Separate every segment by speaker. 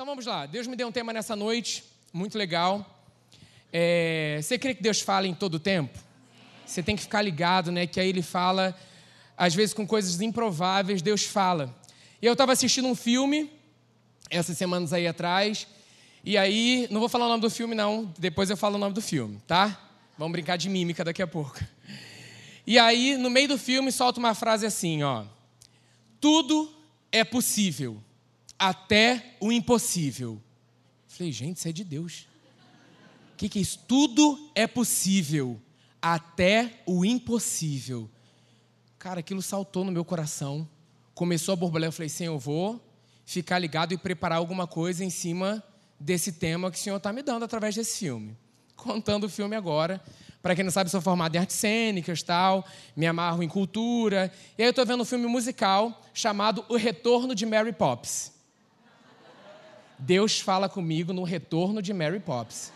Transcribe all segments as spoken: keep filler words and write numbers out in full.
Speaker 1: Então vamos lá, Deus me deu um tema nessa noite, muito legal. É, você crê que Deus fala em todo o tempo? Você tem que ficar ligado, né? Que aí Ele fala, às vezes com coisas improváveis, Deus fala. E eu estava assistindo um filme, essas semanas aí atrás, e aí, não vou falar o nome do filme não, depois eu falo o nome do filme, tá? Vamos brincar de mímica daqui a pouco. E aí, no meio do filme, solta uma frase assim, ó. Tudo é possível, até o impossível. Falei, gente, isso é de Deus. O que, que é isso? Tudo é possível, até o impossível. Cara, aquilo saltou no meu coração. Começou a borbulhar. Eu falei, Senhor, eu vou ficar ligado e preparar alguma coisa em cima desse tema que o Senhor está me dando através desse filme. Contando o filme agora. Para quem não sabe, sou formado em artes cênicas, tal, me amarro em cultura. E aí eu estou vendo um filme musical chamado O Retorno de Mary Poppins. Deus fala comigo no Retorno de Mary Poppins.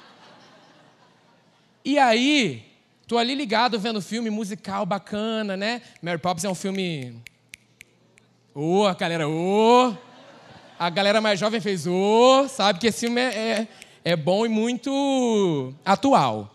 Speaker 1: E aí, estou ali ligado vendo o filme musical bacana, né? Mary Poppins é um filme... Ô, oh, a galera, ô! Oh. A galera mais jovem fez ô! Oh. Sabe que esse filme é, é, é bom e muito atual.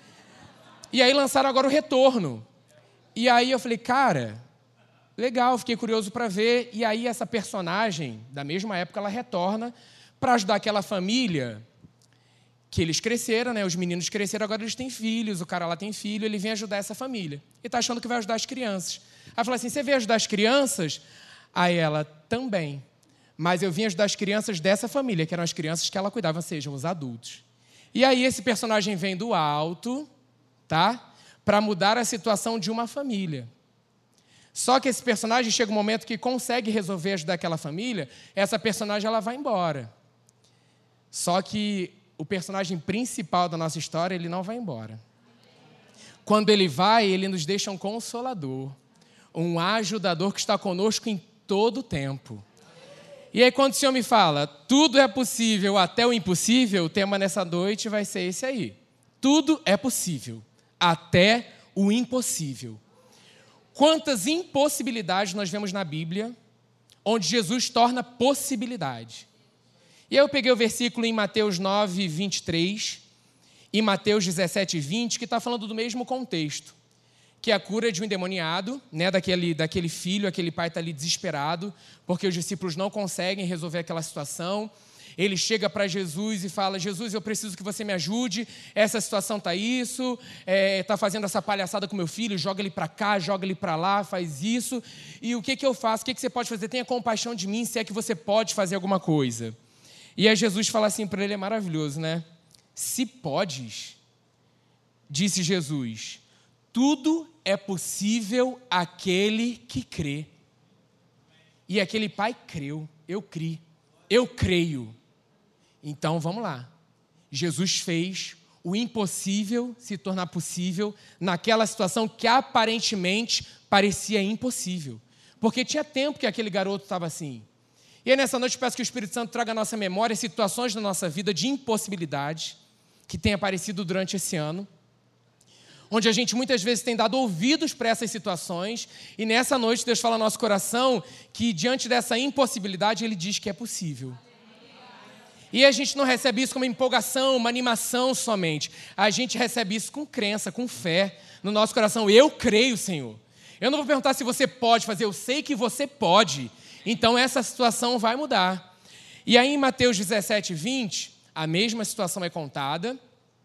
Speaker 1: E aí lançaram agora o Retorno. E aí eu falei, cara, legal, fiquei curioso para ver. E aí essa personagem, da mesma época, ela retorna para ajudar aquela família que eles cresceram, né? Os meninos cresceram, agora eles têm filhos, o cara lá tem filho, ele vem ajudar essa família. E está achando que vai ajudar as crianças. Aí falou assim, você veio ajudar as crianças? Aí ela, também. Mas eu vim ajudar as crianças dessa família, que eram as crianças que ela cuidava, sejam os adultos. E aí esse personagem vem do alto... tá? Para mudar a situação de uma família. Só que esse personagem chega um momento que consegue resolver ajudar aquela família, essa personagem ela vai embora. Só que o personagem principal da nossa história, ele não vai embora. Quando ele vai, ele nos deixa um consolador, um ajudador que está conosco em todo o tempo. E aí quando o Senhor me fala, tudo é possível até o impossível, o tema nessa noite vai ser esse aí. Tudo é possível. Até o impossível. Quantas impossibilidades nós vemos na Bíblia, onde Jesus torna possibilidade. E aí eu peguei o versículo em Mateus nove, vinte e três, e Mateus dezessete, vinte, que está falando do mesmo contexto, que é a cura de um endemoniado, né, daquele, daquele filho, aquele pai está ali desesperado, porque os discípulos não conseguem resolver aquela situação. Ele chega para Jesus e fala, Jesus, eu preciso que você me ajude, essa situação está isso, está é, fazendo essa palhaçada com meu filho, joga ele para cá, joga ele para lá, faz isso, e o que, que eu faço? O que, que você pode fazer? Tenha compaixão de mim, se é que você pode fazer alguma coisa. E aí Jesus fala assim para ele, é maravilhoso, né? Se podes, disse Jesus, tudo é possível àquele que crê. E aquele pai creu, eu criei, eu creio. Então, vamos lá. Jesus fez o impossível se tornar possível naquela situação que aparentemente parecia impossível. Porque tinha tempo que aquele garoto estava assim. E aí, nessa noite, eu peço que o Espírito Santo traga à nossa memória situações da nossa vida de impossibilidade que têm aparecido durante esse ano, onde a gente muitas vezes tem dado ouvidos para essas situações, e nessa noite Deus fala ao nosso coração que diante dessa impossibilidade Ele diz que é possível. E a gente não recebe isso como empolgação, uma animação somente. A gente recebe isso com crença, com fé no nosso coração. Eu creio, Senhor. Eu não vou perguntar se você pode fazer, eu sei que você pode. Então essa situação vai mudar. E aí em Mateus dezessete, vinte, a mesma situação é contada.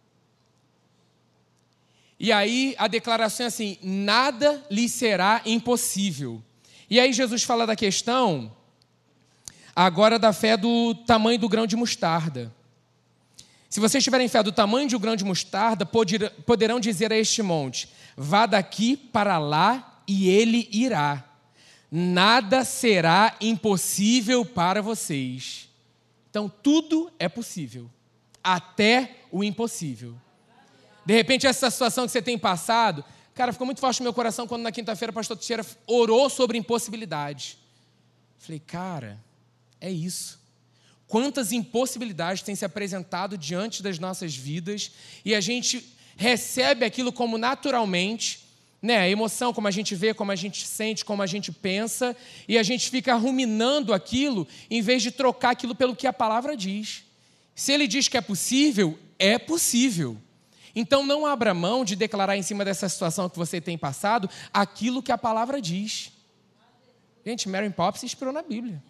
Speaker 1: E aí a declaração é assim, nada lhe será impossível. E aí Jesus fala da questão... agora da fé do tamanho do grão de mostarda. Se vocês tiverem fé do tamanho de um grão de mostarda, poderão dizer a este monte, vá daqui para lá e ele irá. Nada será impossível para vocês. Então, tudo é possível, até o impossível. De repente, essa situação que você tem passado, cara, ficou muito forte no meu coração quando na quinta-feira o pastor Teixeira orou sobre impossibilidade. Falei, cara... é isso. Quantas impossibilidades têm se apresentado diante das nossas vidas e a gente recebe aquilo como naturalmente, Né? A emoção, como a gente vê, como a gente sente, como a gente pensa, e a gente fica ruminando aquilo, em vez de trocar aquilo pelo que a palavra diz. Se ele diz que é possível, é possível. Então não abra mão de declarar em cima dessa situação que você tem passado, aquilo que a palavra diz. Gente, Mary Poppins se inspirou na Bíblia.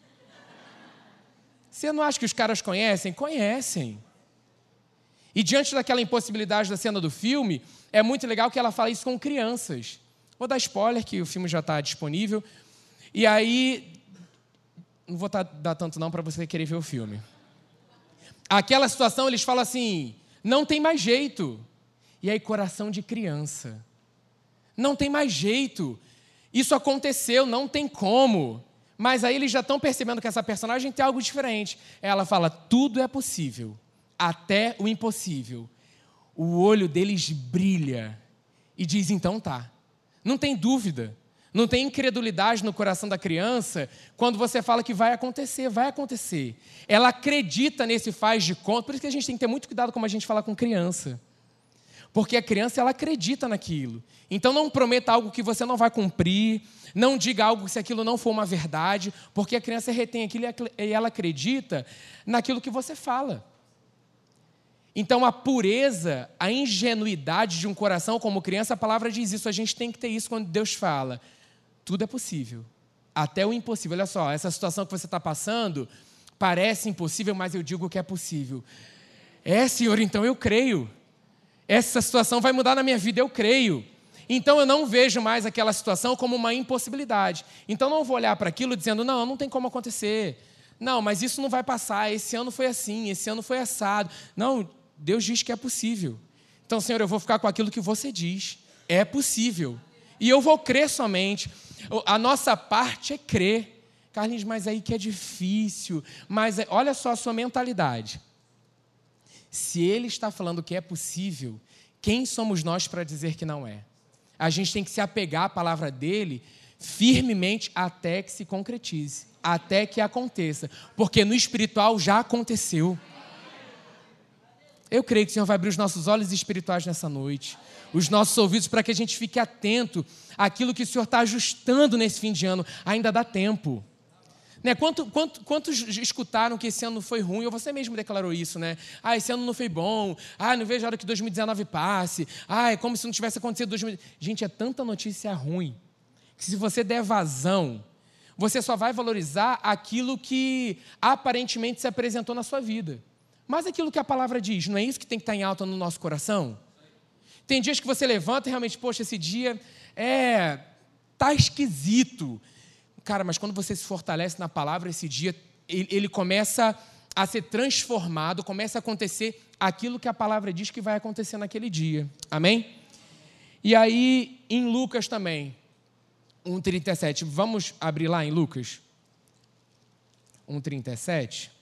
Speaker 1: Você não acha que os caras conhecem? Conhecem. E diante daquela impossibilidade da cena do filme, é muito legal que ela fala isso com crianças. Vou dar spoiler, que o filme já está disponível. E aí, não vou dar tanto não para você querer ver o filme. Aquela situação, eles falam assim, não tem mais jeito. E aí, coração de criança. Não tem mais jeito. Isso aconteceu, não tem como. Mas aí eles já estão percebendo que essa personagem tem algo diferente. Ela fala, tudo é possível, até o impossível. O olho deles brilha e diz, então tá. Não tem dúvida, não tem incredulidade no coração da criança quando você fala que vai acontecer, vai acontecer. Ela acredita nesse faz de conta, por isso que a gente tem que ter muito cuidado como a gente fala com criança. Porque a criança, ela acredita naquilo. Então não prometa algo que você não vai cumprir, não diga algo se aquilo não for uma verdade, porque a criança retém aquilo e ela acredita naquilo que você fala. Então, a pureza, a ingenuidade de um coração como criança, a palavra diz isso, a gente tem que ter isso quando Deus fala. Tudo é possível, até o impossível. Olha só, essa situação que você está passando parece impossível, mas eu digo que é possível. É, Senhor, então eu creio. Essa situação vai mudar na minha vida, eu creio. Então, eu não vejo mais aquela situação como uma impossibilidade. Então, não vou olhar para aquilo dizendo, não, não tem como acontecer. Não, mas isso não vai passar, esse ano foi assim, esse ano foi assado. Não, Deus diz que é possível. Então, Senhor, eu vou ficar com aquilo que você diz. É possível. E eu vou crer somente. A nossa parte é crer. Carlinhos, mas aí que é difícil. Mas olha só a sua mentalidade. Se Ele está falando que é possível, quem somos nós para dizer que não é? A gente tem que se apegar à palavra dEle firmemente até que se concretize, até que aconteça. Porque no espiritual já aconteceu. Eu creio que o Senhor vai abrir os nossos olhos espirituais nessa noite, os nossos ouvidos, para que a gente fique atento àquilo que o Senhor está ajustando nesse fim de ano. Ainda dá tempo. Né? Quanto, quanto, quantos escutaram que esse ano foi ruim? Ou você mesmo declarou isso, né? Ah, esse ano não foi bom. Ah, não vejo a hora que dois mil e dezenove passe. Ah, é como se não tivesse acontecido dois mil e dezenove. Gente, é tanta notícia ruim que se você der vazão, você só vai valorizar aquilo que aparentemente se apresentou na sua vida. Mas aquilo que a palavra diz, não é isso que tem que estar em alta no nosso coração? Tem dias que você levanta e realmente, poxa, esse dia é, tá esquisito. Cara, mas quando você se fortalece na palavra, esse dia, ele, ele começa a ser transformado, começa a acontecer aquilo que a palavra diz que vai acontecer naquele dia. Amém? E aí, em Lucas também, um trinta e sete. Vamos abrir lá em Lucas? um trinta e sete.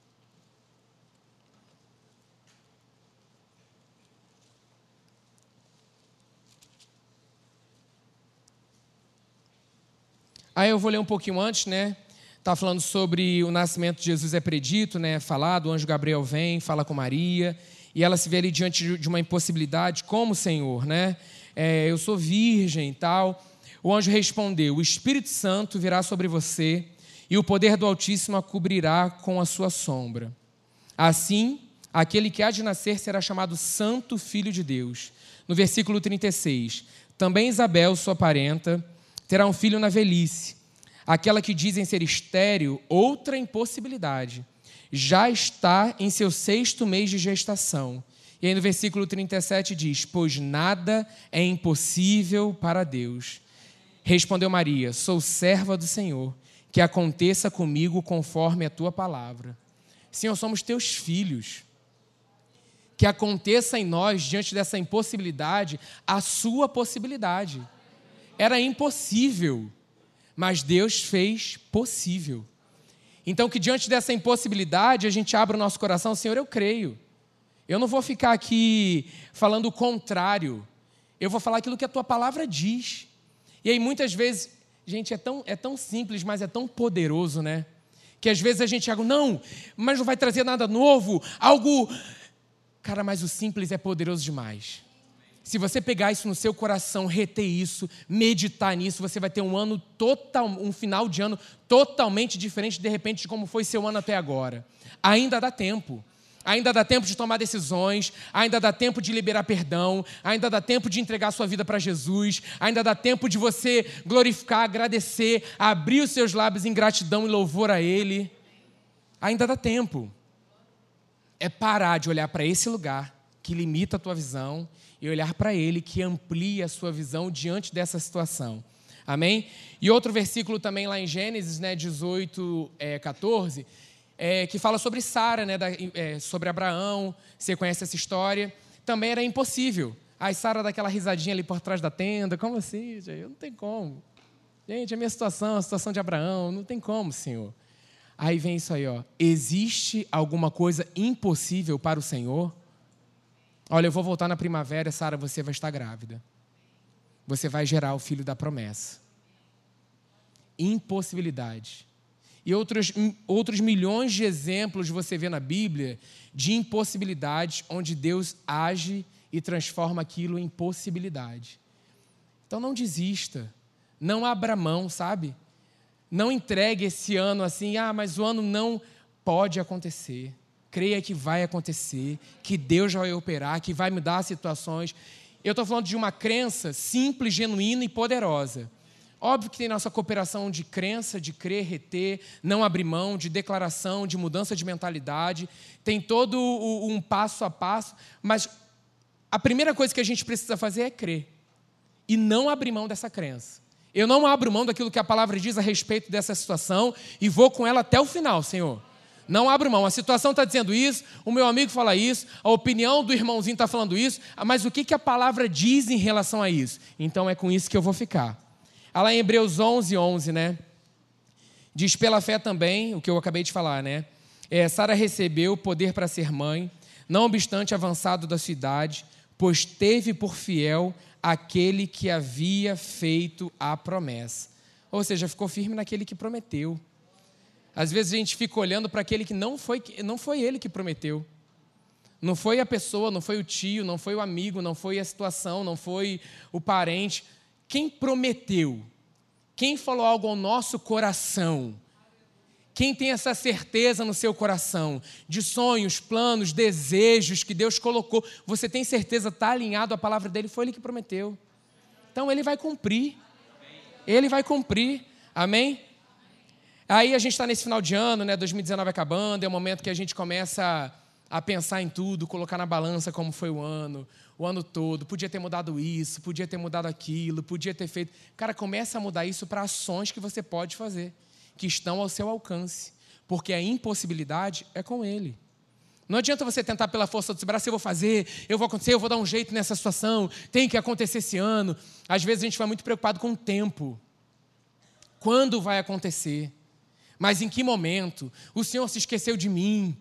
Speaker 1: Aí eu vou ler um pouquinho antes, né? Está falando sobre o nascimento de Jesus é predito, né? Falado, o anjo Gabriel vem, fala com Maria, e ela se vê ali diante de uma impossibilidade, como Senhor, né? É, eu sou virgem e tal. O anjo respondeu, o Espírito Santo virá sobre você, e o poder do Altíssimo a cobrirá com a sua sombra. Assim, aquele que há de nascer será chamado Santo Filho de Deus. No versículo trinta e seis, também Isabel, sua parenta, terá um filho na velhice. Aquela que dizem ser estéril, outra impossibilidade. Já está em seu sexto mês de gestação. E aí no versículo trinta e sete diz, pois nada é impossível para Deus. Respondeu Maria, sou serva do Senhor, que aconteça comigo conforme a tua palavra. Senhor, somos teus filhos. Que aconteça em nós, diante dessa impossibilidade, a sua possibilidade. Era impossível, mas Deus fez possível. Então, que diante dessa impossibilidade, a gente abra o nosso coração, Senhor, eu creio. Eu não vou ficar aqui falando o contrário. Eu vou falar aquilo que a tua palavra diz. E aí, muitas vezes, gente, é tão, é tão simples, mas é tão poderoso, né? Que às vezes a gente acha, não, mas não vai trazer nada novo, algo... Cara, mas o simples é poderoso demais. Se você pegar isso no seu coração, reter isso, meditar nisso, você vai ter um ano total, um final de ano totalmente diferente, de repente, de como foi seu ano até agora. Ainda dá tempo. Ainda dá tempo de tomar decisões, ainda dá tempo de liberar perdão, ainda dá tempo de entregar a sua vida para Jesus, ainda dá tempo de você glorificar, agradecer, abrir os seus lábios em gratidão e louvor a Ele. Ainda dá tempo. É parar de olhar para esse lugar que limita a tua visão e olhar para Ele que amplia a sua visão diante dessa situação. Amém? E outro versículo também lá em Gênesis, né, dezoito, é, catorze, é, que fala sobre Sara, né, da, é, sobre Abraão. Você conhece essa história? Também era impossível. Aí Sara dá aquela risadinha ali por trás da tenda. Como assim, gente? Não tem como. Gente, a minha situação, a situação de Abraão, não tem como, Senhor. Aí vem isso aí, ó. Existe alguma coisa impossível para o Senhor? Olha, eu vou voltar na primavera, Sara, você vai estar grávida. Você vai gerar o filho da promessa. Impossibilidade. E outros, outros milhões de exemplos você vê na Bíblia de impossibilidades onde Deus age e transforma aquilo em possibilidade. Então não desista. Não abra mão, sabe? Não entregue esse ano assim, ah, mas o ano não pode acontecer. Creia que vai acontecer, que Deus vai operar, que vai mudar as situações. Eu estou falando de uma crença simples, genuína e poderosa. Óbvio que tem nossa cooperação de crença, de crer, reter, não abrir mão, de declaração, de mudança de mentalidade. Tem todo um passo a passo, mas a primeira coisa que a gente precisa fazer é crer e não abrir mão dessa crença. Eu não abro mão daquilo que a palavra diz a respeito dessa situação e vou com ela até o final, Senhor. Não abro mão. A situação está dizendo isso, o meu amigo fala isso, a opinião do irmãozinho está falando isso, mas o que, que a palavra diz em relação a isso? Então é com isso que eu vou ficar. Lá em Hebreus onze, onze, né? Diz, pela fé também, o que eu acabei de falar, né? É, Sara recebeu poder para ser mãe, não obstante avançado da sua idade, pois teve por fiel aquele que havia feito a promessa. Ou seja, ficou firme naquele que prometeu. Às vezes a gente fica olhando para aquele que não foi, não foi ele que prometeu. Não foi a pessoa, não foi o tio, não foi o amigo, não foi a situação, não foi o parente. Quem prometeu? Quem falou algo ao nosso coração? Quem tem essa certeza no seu coração? De sonhos, planos, desejos que Deus colocou. Você tem certeza, está alinhado à palavra dele? Foi ele que prometeu. Então ele vai cumprir. Ele vai cumprir. Amém? Aí a gente está nesse final de ano, né, dois mil e dezenove acabando, é o momento que a gente começa a, a pensar em tudo, colocar na balança como foi o ano, o ano todo, podia ter mudado isso, podia ter mudado aquilo, podia ter feito... Cara, começa a mudar isso para ações que você pode fazer, que estão ao seu alcance, porque a impossibilidade é com Ele. Não adianta você tentar pela força do seu braço, eu vou fazer, eu vou acontecer, eu vou dar um jeito nessa situação, tem que acontecer esse ano. Às vezes a gente vai muito preocupado com o tempo. Quando vai acontecer? Mas em que momento? O Senhor se esqueceu de mim.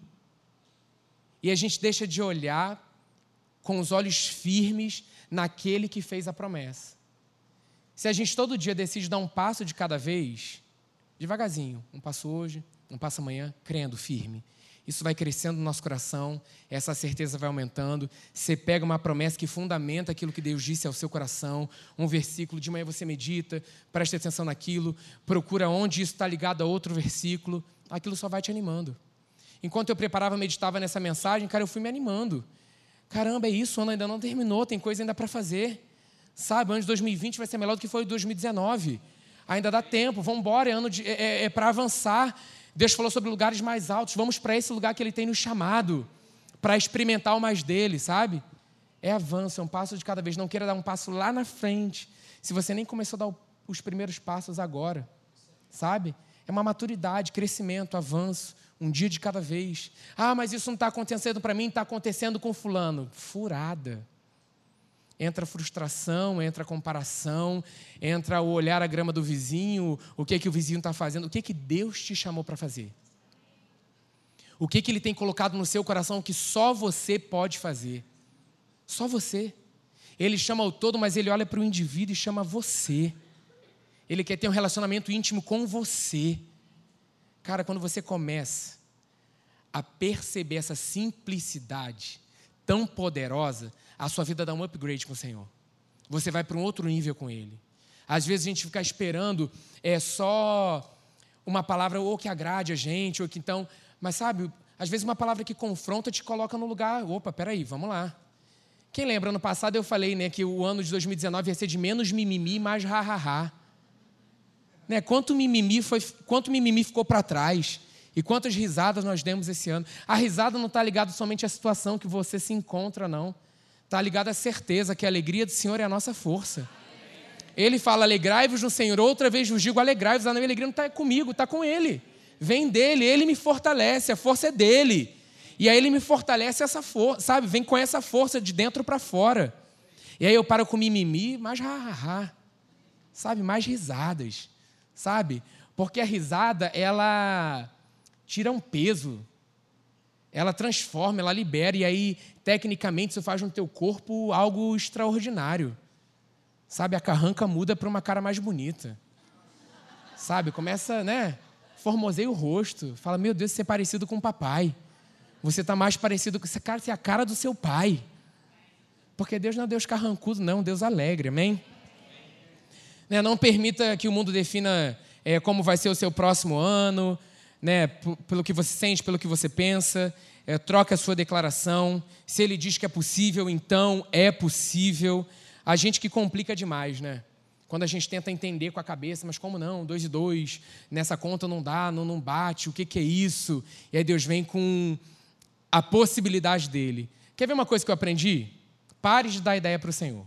Speaker 1: E a gente deixa de olhar com os olhos firmes naquele que fez a promessa. Se a gente todo dia decide dar um passo de cada vez, devagarzinho, um passo hoje, um passo amanhã, crendo, firme. Isso vai crescendo no nosso coração, essa certeza vai aumentando. Você pega uma promessa que fundamenta aquilo que Deus disse ao seu coração, um versículo, de manhã você medita, preste atenção naquilo, procura onde isso está ligado a outro versículo, aquilo só vai te animando. Enquanto eu preparava, meditava nessa mensagem, cara, eu fui me animando. Caramba, é isso, o ano ainda não terminou, tem coisa ainda para fazer. Sabe, o ano de dois mil e vinte vai ser melhor do que foi dois mil e dezenove. Ainda dá tempo, vamos embora, é, ano de, é, é, é para avançar. Deus falou sobre lugares mais altos, vamos para esse lugar que Ele tem nos chamado, para experimentar o mais dele, sabe? É avanço, é um passo de cada vez. Não queira dar um passo lá na frente, se você nem começou a dar os primeiros passos agora, sabe? É uma maturidade, crescimento, avanço, um dia de cada vez. Ah, mas isso não está acontecendo para mim, está acontecendo com fulano. Furada. Entra a frustração, entra a comparação, entra o olhar a grama do vizinho, o que é que o vizinho está fazendo, o que é que Deus te chamou para fazer. O que é que Ele tem colocado no seu coração que só você pode fazer. Só você. Ele chama o todo, mas Ele olha para o indivíduo e chama você. Ele quer ter um relacionamento íntimo com você. Cara, quando você começa a perceber essa simplicidade, tão poderosa, a sua vida dá um upgrade com o Senhor. Você vai para um outro nível com Ele. Às vezes a gente fica esperando é, só uma palavra ou que agrade a gente, ou que então... Mas sabe, às vezes uma palavra que confronta te coloca no lugar... Opa, peraí, vamos lá. Quem lembra, ano passado eu falei, né, que o ano de dois mil e dezenove ia ser de menos mimimi, mais ha-ha-ha. Né, quanto mimimi, foi, quanto mimimi ficou para trás e quantas risadas nós demos esse ano. A risada não está ligada somente à situação que você se encontra, não. Está ligada à certeza que a alegria do Senhor é a nossa força. Ele fala, alegrai-vos no Senhor. Outra vez vos digo, alegrai-vos. A minha alegria não está comigo, está com Ele. Vem dEle, Ele me fortalece, a força é dEle. E aí Ele me fortalece essa força, sabe? Vem com essa força de dentro para fora. E aí eu paro com mimimi, mais ha-ha-ha. Sabe? Mais risadas. Sabe? Porque a risada, ela tira um peso. Ela transforma, ela libera. E aí, tecnicamente, isso faz no teu corpo algo extraordinário. Sabe? A carranca muda para uma cara mais bonita. Sabe? Começa, né? Formoseia o rosto. Fala, meu Deus, você é parecido com o papai. Você está mais parecido com... Você é a cara do seu pai. Porque Deus não é Deus carrancudo, não. É um Deus alegre, amém? Né? Não permita que o mundo defina é, como vai ser o seu próximo ano, né? P- pelo que você sente, pelo que você pensa. É, troque a sua declaração. Se Ele diz que é possível, então é possível. A gente que complica demais, né? Quando a gente tenta entender com a cabeça, mas como não? Dois e dois, nessa conta não dá, não, não bate, o que, que é isso? E aí Deus vem com a possibilidade dele. Quer ver uma coisa que eu aprendi? Pare de dar ideia para o Senhor.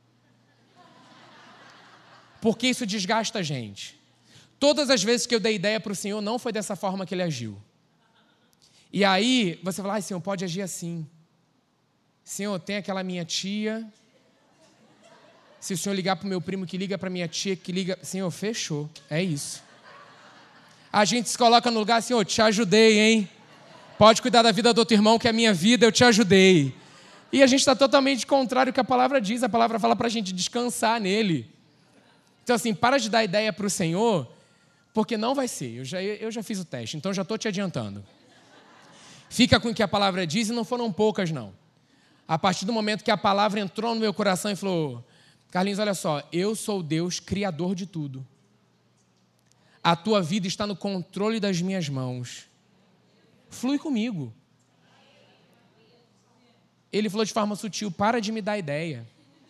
Speaker 1: Porque isso desgasta a gente. Todas as vezes que eu dei ideia para o Senhor, não foi dessa forma que Ele agiu. E aí, você fala, ah, Senhor, pode agir assim. Senhor, tem aquela minha tia... Se o Senhor ligar para o meu primo, que liga para a minha tia, que liga... Senhor, fechou. É isso. A gente se coloca no lugar, Senhor, te ajudei, hein? Pode cuidar da vida do outro irmão, que é a minha vida, eu te ajudei. E a gente está totalmente contrário ao que a palavra diz. A palavra fala para a gente descansar nele. Então, assim, para de dar ideia para o Senhor, porque não vai ser. Eu já, eu já fiz o teste, então já estou te adiantando. Fica com o que a palavra diz, e não foram poucas, não. A partir do momento que a palavra entrou no meu coração e falou... Carlinhos, olha só, eu sou Deus, criador de tudo. A tua vida está no controle das minhas mãos. Flui comigo. Ele falou de forma sutil, para de me dar ideia.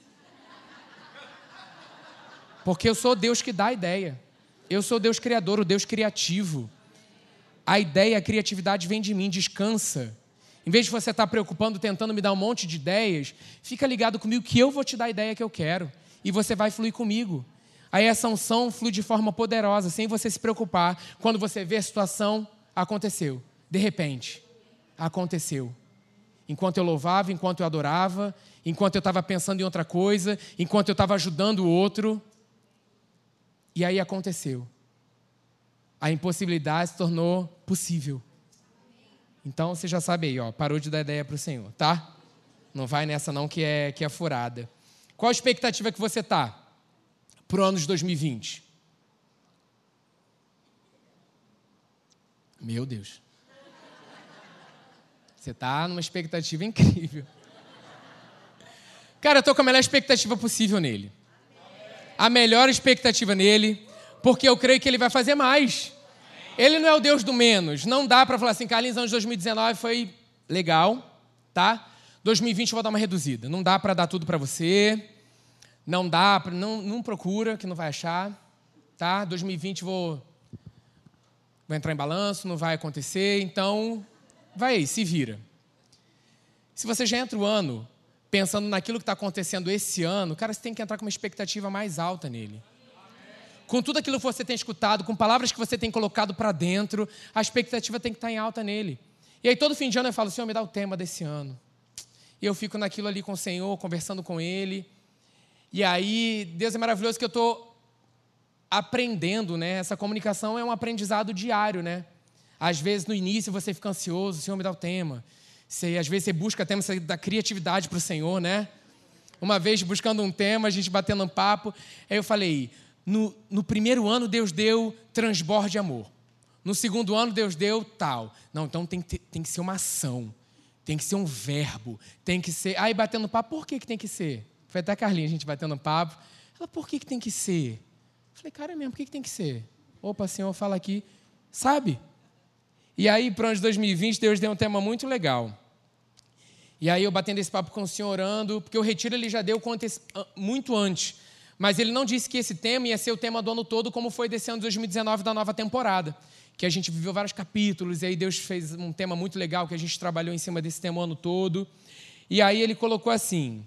Speaker 1: Porque eu sou Deus que dá ideia. Eu sou Deus criador, o Deus criativo. A ideia, a criatividade vem de mim, descansa. Em vez de você estar preocupando, tentando me dar um monte de ideias, fica ligado comigo que eu vou te dar a ideia que eu quero. E você vai fluir comigo. Aí essa unção flui de forma poderosa, sem você se preocupar. Quando você vê a situação, aconteceu. De repente, aconteceu. Enquanto eu louvava, enquanto eu adorava, enquanto eu estava pensando em outra coisa, enquanto eu estava ajudando o outro. E aí aconteceu. A impossibilidade se tornou possível. Então, você já sabe aí, ó, parou de dar ideia para o Senhor, tá? Não vai nessa não que é, que é furada. Qual a expectativa que você está para o ano de dois mil e vinte? Meu Deus. Você está numa expectativa incrível. Cara, eu estou com a melhor expectativa possível nele. A melhor expectativa nele, porque eu creio que ele vai fazer mais. Ele não é o Deus do menos. Não dá para falar assim, Carlinhos, ano de dois mil e dezenove foi legal, tá? dois mil e vinte eu vou dar uma reduzida. Não dá para dar tudo para você. Não dá, pra, não, não procura, que não vai achar, tá? dois mil e vinte vou, vou entrar em balanço, não vai acontecer. Então, vai aí, se vira. Se você já entra o ano pensando naquilo que está acontecendo esse ano, cara, você tem que entrar com uma expectativa mais alta nele. Com tudo aquilo que você tem escutado, com palavras que você tem colocado para dentro, a expectativa tem que estar em alta nele. E aí todo fim de ano eu falo, Senhor, me dá o tema desse ano. E eu fico naquilo ali com o Senhor, conversando com Ele. E aí, Deus é maravilhoso que eu estou aprendendo, né? Essa comunicação é um aprendizado diário, né? Às vezes no início você fica ansioso, Senhor, me dá o tema. Você, às vezes você busca tema, você dá criatividade para o Senhor, né? Uma vez buscando um tema, a gente batendo um papo, aí eu falei... No, no primeiro ano, Deus deu transborde amor. No segundo ano, Deus deu tal. Não, então tem, tem que ser uma ação. Tem que ser um verbo. Tem que ser... Aí, batendo papo, por que que tem que ser? Foi até a Carlinha, a gente batendo papo. Ela, por que que tem que ser? Eu falei, cara, é mesmo, por que que tem que ser? Opa, Senhor, fala aqui. Sabe? E aí, para o ano de dois mil e vinte, Deus deu um tema muito legal. E aí, eu batendo esse papo com o Senhor, orando, porque o retiro ele já deu muito antes. Mas ele não disse que esse tema ia ser o tema do ano todo, como foi desse ano de dois mil e dezenove, da nova temporada. Que a gente viveu vários capítulos, e aí Deus fez um tema muito legal, que a gente trabalhou em cima desse tema o ano todo. E aí ele colocou assim...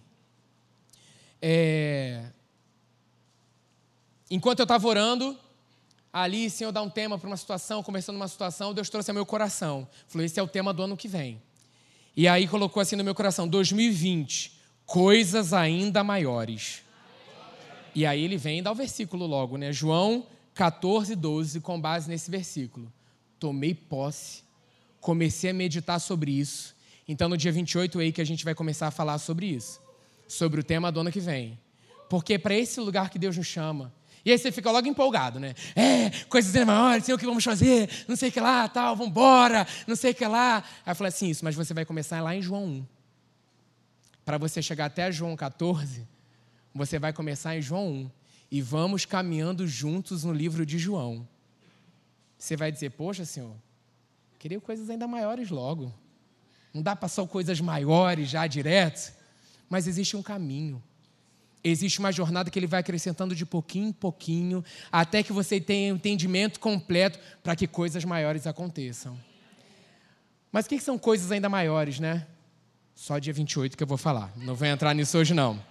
Speaker 1: É, enquanto eu estava orando, ali, Senhor, dá um tema para uma situação, começando uma situação, Deus trouxe ao meu coração. Falou, esse é o tema do ano que vem. E aí colocou assim no meu coração, dois mil e vinte, coisas ainda maiores. E aí ele vem e dá o versículo logo, né? João catorze, doze, com base nesse versículo. Tomei posse, comecei a meditar sobre isso. Então, no dia vinte e oito, é aí que a gente vai começar a falar sobre isso. Sobre o tema do ano que vem. Porque é para esse lugar que Deus nos chama. E aí você fica logo empolgado, né? É, coisas ainda maiores, sei o que vamos fazer, não sei o que lá, tal, vamos embora, não sei o que lá. Aí eu falei assim, isso, mas você vai começar lá em João um. Para você chegar até João catorze... Você vai começar em João um. E vamos caminhando juntos no livro de João. Você vai dizer, poxa, Senhor, queria coisas ainda maiores logo. Não dá para só coisas maiores já direto. Mas existe um caminho. Existe uma jornada que ele vai acrescentando de pouquinho em pouquinho, até que você tenha um entendimento completo para que coisas maiores aconteçam. Mas o que são coisas ainda maiores, né? Só dia vinte e oito que eu vou falar. Não vou entrar nisso hoje, não.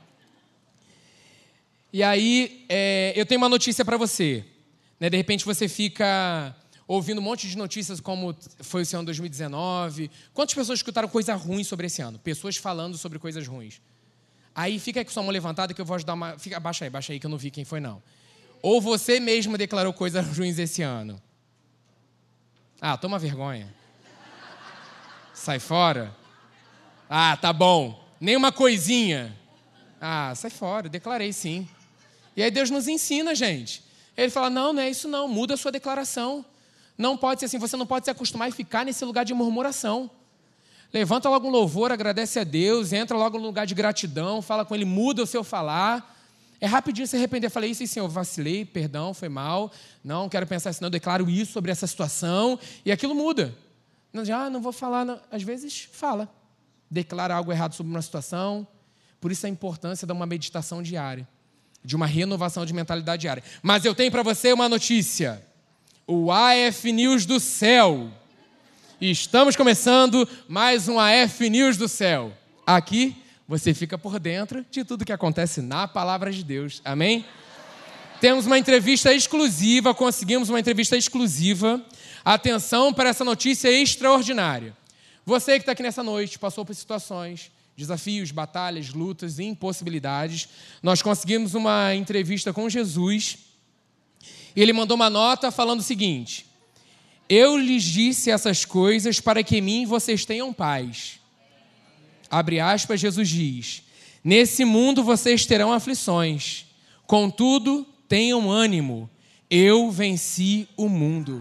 Speaker 1: E aí, é, eu tenho uma notícia para você. Né? De repente, você fica ouvindo um monte de notícias como foi esse ano dois mil e dezenove. Quantas pessoas escutaram coisa ruim sobre esse ano? Pessoas falando sobre coisas ruins. Aí, fica aí com sua mão levantada que eu vou ajudar uma... Fica, baixa aí, baixa aí que eu não vi quem foi, não. Ou você mesmo declarou coisas ruins esse ano? Ah, toma vergonha. Sai fora. Ah, tá bom. Nem uma coisinha. Ah, sai fora, eu declarei sim. E aí Deus nos ensina, gente. Ele fala, não, não é isso não, muda a sua declaração. Não pode ser assim, você não pode se acostumar e ficar nesse lugar de murmuração. Levanta logo um louvor, agradece a Deus, entra logo no lugar de gratidão, fala com Ele, muda o seu falar. É rapidinho se arrepender. Falei isso, e Senhor, vacilei, perdão, foi mal. Não quero pensar assim, não, eu declaro isso sobre essa situação. E aquilo muda. Não, ah, não vou falar, não. Às vezes fala. Declara algo errado sobre uma situação. Por isso a importância de uma meditação diária, de uma renovação de mentalidade diária. Mas eu tenho para você uma notícia. O A F News do Céu. E estamos começando mais um A F News do Céu. Aqui você fica por dentro de tudo que acontece na Palavra de Deus. Amém? Temos uma entrevista exclusiva, conseguimos uma entrevista exclusiva. Atenção para essa notícia extraordinária. Você que está aqui nessa noite, passou por situações, desafios, batalhas, lutas e impossibilidades. Nós conseguimos uma entrevista com Jesus. E ele mandou uma nota falando o seguinte: eu lhes disse essas coisas para que em mim vocês tenham paz. Abre aspas, Jesus diz: nesse mundo vocês terão aflições. Contudo, tenham ânimo. Eu venci o mundo.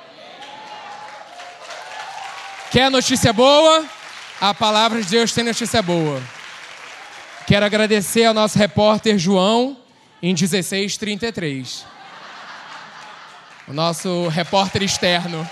Speaker 1: Quer notícia boa? A palavra de Deus tem notícia boa. Quero agradecer ao nosso repórter João, em dezesseis trinta e três. O nosso repórter externo.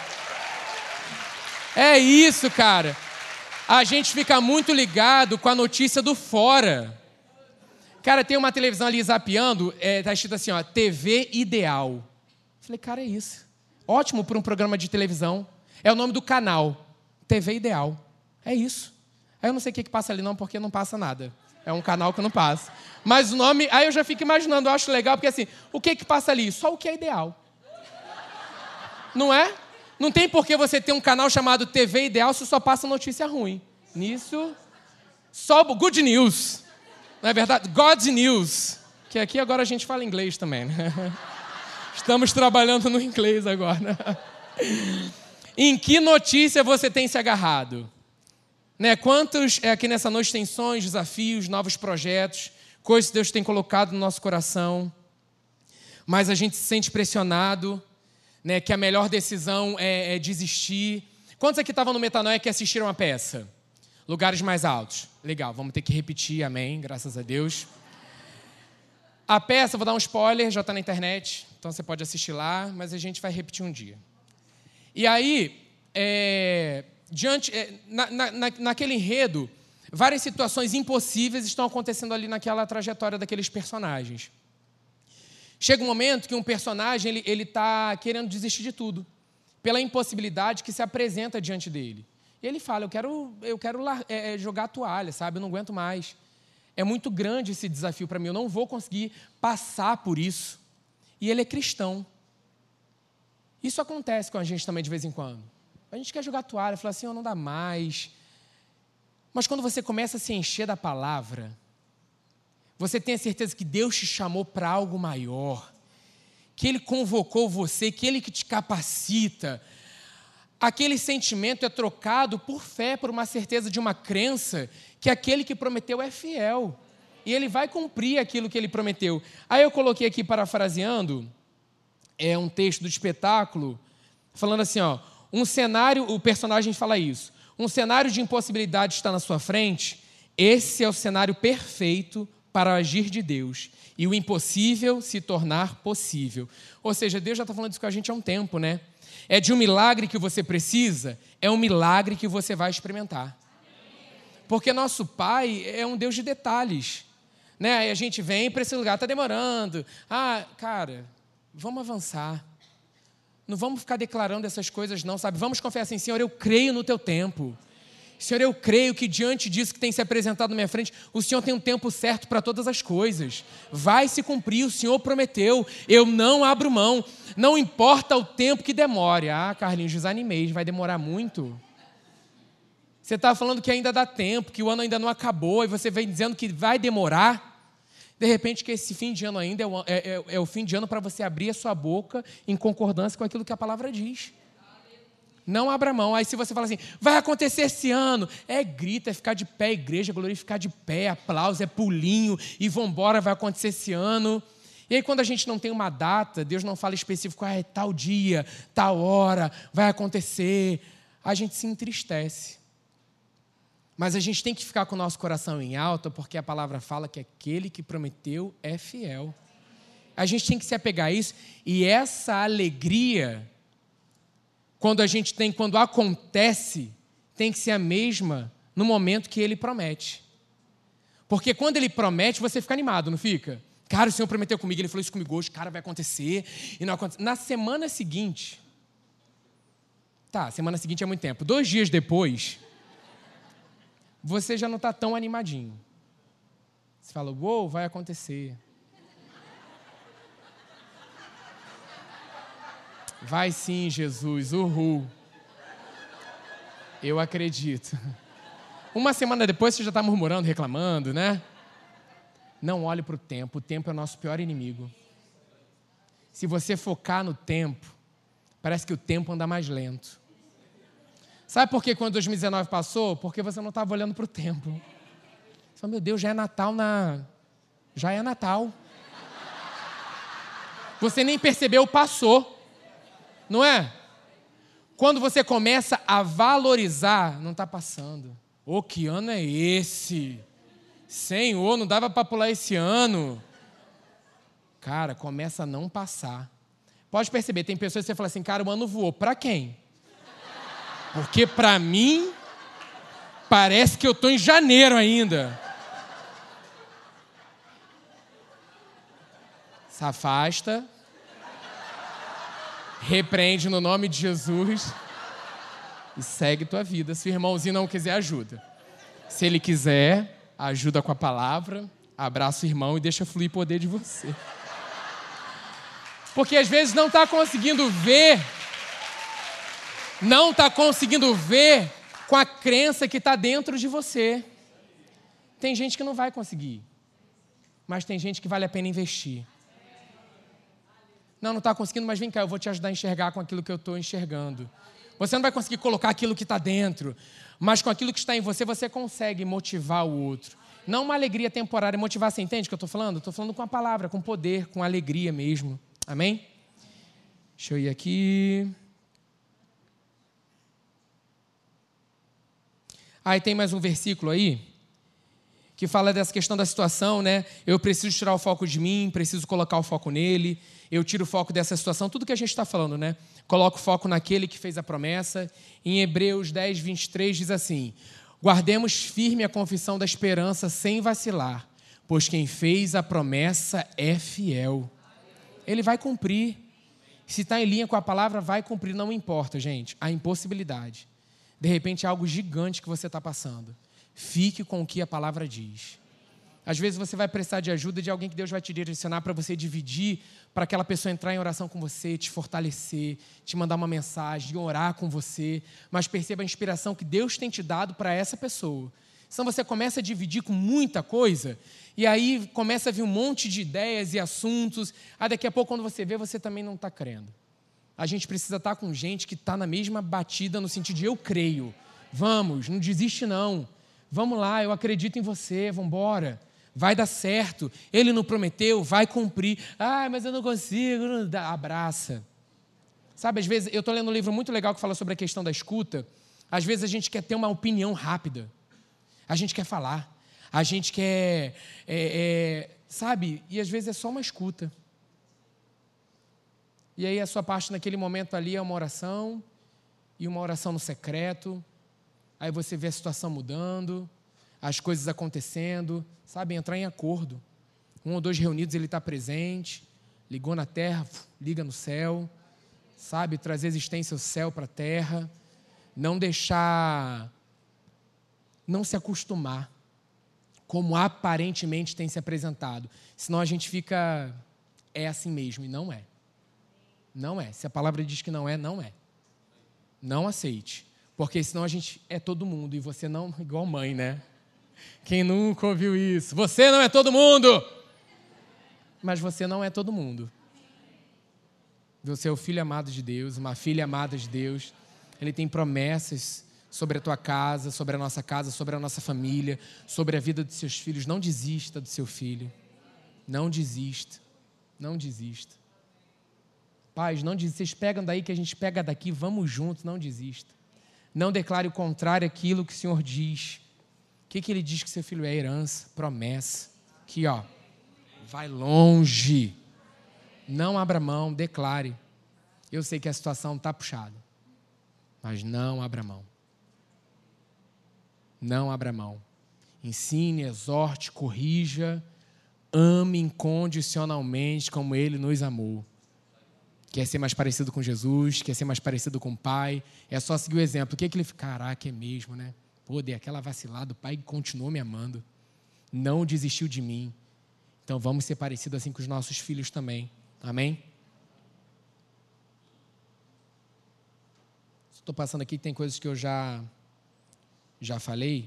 Speaker 1: É isso, cara. A gente fica muito ligado com a notícia do fora. Cara, tem uma televisão ali zapeando, é, tá escrito assim, ó, T V Ideal. Falei, cara, é isso. Ótimo para um programa de televisão. É o nome do canal, T V Ideal. É isso. Aí eu não sei o que, que passa ali não, porque não passa nada. É um canal que não passa. Mas o nome, aí eu já fico imaginando, eu acho legal, porque assim, o que que passa ali? Só o que é ideal. Não é? Não tem por que você ter um canal chamado T V Ideal se só passa notícia ruim. Nisso, só good news. Não é verdade? God News. Que aqui agora a gente fala inglês também, né? Estamos trabalhando no inglês agora. Em que notícia você tem se agarrado? Né? Quantos é, aqui nessa noite tem sonhos, desafios, novos projetos, coisas que Deus tem colocado no nosso coração, mas a gente se sente pressionado, né, que a melhor decisão é, é desistir. Quantos aqui estavam no Metanoia que assistiram a peça? Lugares mais altos. Legal, vamos ter que repetir, amém, graças a Deus. A peça, vou dar um spoiler, já está na internet, então você pode assistir lá, mas a gente vai repetir um dia. E aí, é, diante, é, na, na, naquele enredo, várias situações impossíveis estão acontecendo ali naquela trajetória daqueles personagens. Chega um momento que um personagem ele está querendo desistir de tudo, pela impossibilidade que se apresenta diante dele. E ele fala, eu quero, eu quero é, jogar a toalha, sabe? Eu não aguento mais. É muito grande esse desafio para mim, eu não vou conseguir passar por isso. E ele é cristão. Isso acontece com a gente também de vez em quando. A gente quer jogar a toalha, fala assim, oh, não dá mais. Mas quando você começa a se encher da palavra, você tem a certeza que Deus te chamou para algo maior, que Ele convocou você, que Ele que te capacita. Aquele sentimento é trocado por fé, por uma certeza de uma crença que aquele que prometeu é fiel. E Ele vai cumprir aquilo que Ele prometeu. Aí eu coloquei aqui, parafraseando, é um texto do espetáculo, falando assim, ó, um cenário, o personagem fala isso, um cenário de impossibilidade está na sua frente, esse é o cenário perfeito para o agir de Deus. E o impossível se tornar possível. Ou seja, Deus já está falando isso com a gente há um tempo, né? É de um milagre que você precisa, é um milagre que você vai experimentar. Porque nosso Pai é um Deus de detalhes. Né? Aí a gente vem para esse lugar, está demorando. Ah, cara, vamos avançar. Não vamos ficar declarando essas coisas não, sabe? Vamos confiar assim, Senhor, eu creio no Teu tempo. Senhor, eu creio que diante disso que tem se apresentado na minha frente, o Senhor tem um tempo certo para todas as coisas. Vai se cumprir, o Senhor prometeu. Eu não abro mão. Não importa o tempo que demore. Ah, Carlinhos, desanimei, vai demorar muito. Você está falando que ainda dá tempo, que o ano ainda não acabou, e você vem dizendo que vai demorar. De repente, que esse fim de ano ainda é o, é, é, é o fim de ano para você abrir a sua boca em concordância com aquilo que a palavra diz. Não abra mão. Aí se você fala assim, vai acontecer esse ano, é grita, é ficar de pé, igreja, glorificar de pé, aplauso, é pulinho, e vambora, vai acontecer esse ano. E aí quando a gente não tem uma data, Deus não fala específico, ah, é tal dia, tal hora, vai acontecer, a gente se entristece. Mas a gente tem que ficar com o nosso coração em alta, porque a palavra fala que aquele que prometeu é fiel. A gente tem que se apegar a isso, e essa alegria, quando a gente tem, quando acontece, tem que ser a mesma no momento que Ele promete. Porque quando Ele promete, você fica animado, não fica? Cara, o Senhor prometeu comigo, Ele falou isso comigo hoje, cara, vai acontecer, e não acontece. Na semana seguinte, tá, semana seguinte é muito tempo, dois dias depois, você já não está tão animadinho. Você fala, uou, vai acontecer. Vai sim, Jesus, uhul. Eu acredito. Uma semana depois você já está murmurando, reclamando, né? Não olhe para o tempo, o tempo é o nosso pior inimigo. Se você focar no tempo, parece que o tempo anda mais lento. Sabe por que quando dois mil e dezenove passou? Porque você não estava olhando para o tempo. Você falou, meu Deus, já é Natal na... Já é Natal. Você nem percebeu, passou. Não é? Quando você começa a valorizar, não está passando. Ô, que ano é esse? Senhor, não dava para pular esse ano. Cara, começa a não passar. Pode perceber, tem pessoas que você fala assim, cara, o ano voou. Para quem? Porque para mim, parece que eu estou em janeiro ainda. Se afasta. Repreende no nome de Jesus. E segue tua vida. Se o irmãozinho não quiser, ajuda. Se ele quiser, ajuda com a palavra. Abraça o irmão e deixa fluir poder de você. Porque às vezes não está conseguindo ver... Não está conseguindo ver com a crença que está dentro de você. Tem gente que não vai conseguir. Mas tem gente que vale a pena investir. Não, não está conseguindo, mas vem cá, eu vou te ajudar a enxergar com aquilo que eu estou enxergando. Você não vai conseguir colocar aquilo que está dentro, mas com aquilo que está em você, você consegue motivar o outro. Não uma alegria temporária, motivar, você entende o que eu estou falando? Estou falando com a palavra, com poder, com alegria mesmo. Amém? Deixa eu ir aqui... Aí tem mais um versículo aí, que fala dessa questão da situação, né? Eu preciso tirar o foco de mim, preciso colocar o foco nele, eu tiro o foco dessa situação, tudo que a gente está falando, né? Coloco o foco naquele que fez a promessa. Em Hebreus dez, vinte e três diz assim: guardemos firme a confissão da esperança sem vacilar, pois quem fez a promessa é fiel. Ele vai cumprir. Se está em linha com a palavra, vai cumprir, não importa, gente, a impossibilidade. De repente é algo gigante que você está passando. Fique com o que a palavra diz. Às vezes você vai precisar de ajuda de alguém que Deus vai te direcionar para você dividir, para aquela pessoa entrar em oração com você, te fortalecer, te mandar uma mensagem, orar com você. Mas perceba a inspiração que Deus tem te dado para essa pessoa. Senão você começa a dividir com muita coisa, e aí começa a vir um monte de ideias e assuntos. Aí daqui a pouco, quando você vê, você também não está crendo. A gente precisa estar com gente que está na mesma batida, no sentido de eu creio. Vamos, não desiste não. Vamos lá, eu acredito em você, vamos embora. Vai dar certo. Ele não prometeu, vai cumprir. Ah, mas eu não consigo. Não dá. Abraça. Sabe, às vezes, eu estou lendo um livro muito legal que fala sobre a questão da escuta. Às vezes a gente quer ter uma opinião rápida. A gente quer falar. A gente quer, é, é, sabe? E às vezes é só uma escuta. E aí a sua parte naquele momento ali é uma oração, e uma oração no secreto. Aí você vê a situação mudando, as coisas acontecendo, sabe? Entrar em acordo. Um ou dois reunidos, ele está presente, ligou na terra, liga no céu, sabe? Trazer existência ao céu para a terra. Não deixar, não se acostumar, como aparentemente tem se apresentado. Senão a gente fica, é assim mesmo, e não é. Não é. Se a palavra diz que não é, não é. Não aceite. Porque senão a gente é todo mundo, e você não, igual mãe, né? Quem nunca ouviu isso? Você não é todo mundo! Mas você não é todo mundo. Você é o filho amado de Deus, uma filha amada de Deus. Ele tem promessas sobre a tua casa, sobre a nossa casa, sobre a nossa família, sobre a vida dos seus filhos. Não desista do seu filho. Não desista. Não desista. Pais, não desista. Vocês pegam daí que a gente pega daqui, vamos juntos, não desista. Não declare o contrário àquilo que o Senhor diz. O que, que Ele diz que seu filho é? Herança, promessa. Aqui, ó. Vai longe. Não abra mão, declare. Eu sei que a situação está puxada, mas não abra mão. Não abra mão. Ensine, exorte, corrija, ame incondicionalmente como Ele nos amou. Quer ser mais parecido com Jesus, quer ser mais parecido com o Pai, é só seguir o exemplo. O que é que ele... Caraca, é mesmo, né? Pô, dei aquela vacilada, o Pai continuou me amando. Não desistiu de mim. Então vamos ser parecidos assim com os nossos filhos também. Amém? Estou passando aqui, tem coisas que eu já, já falei.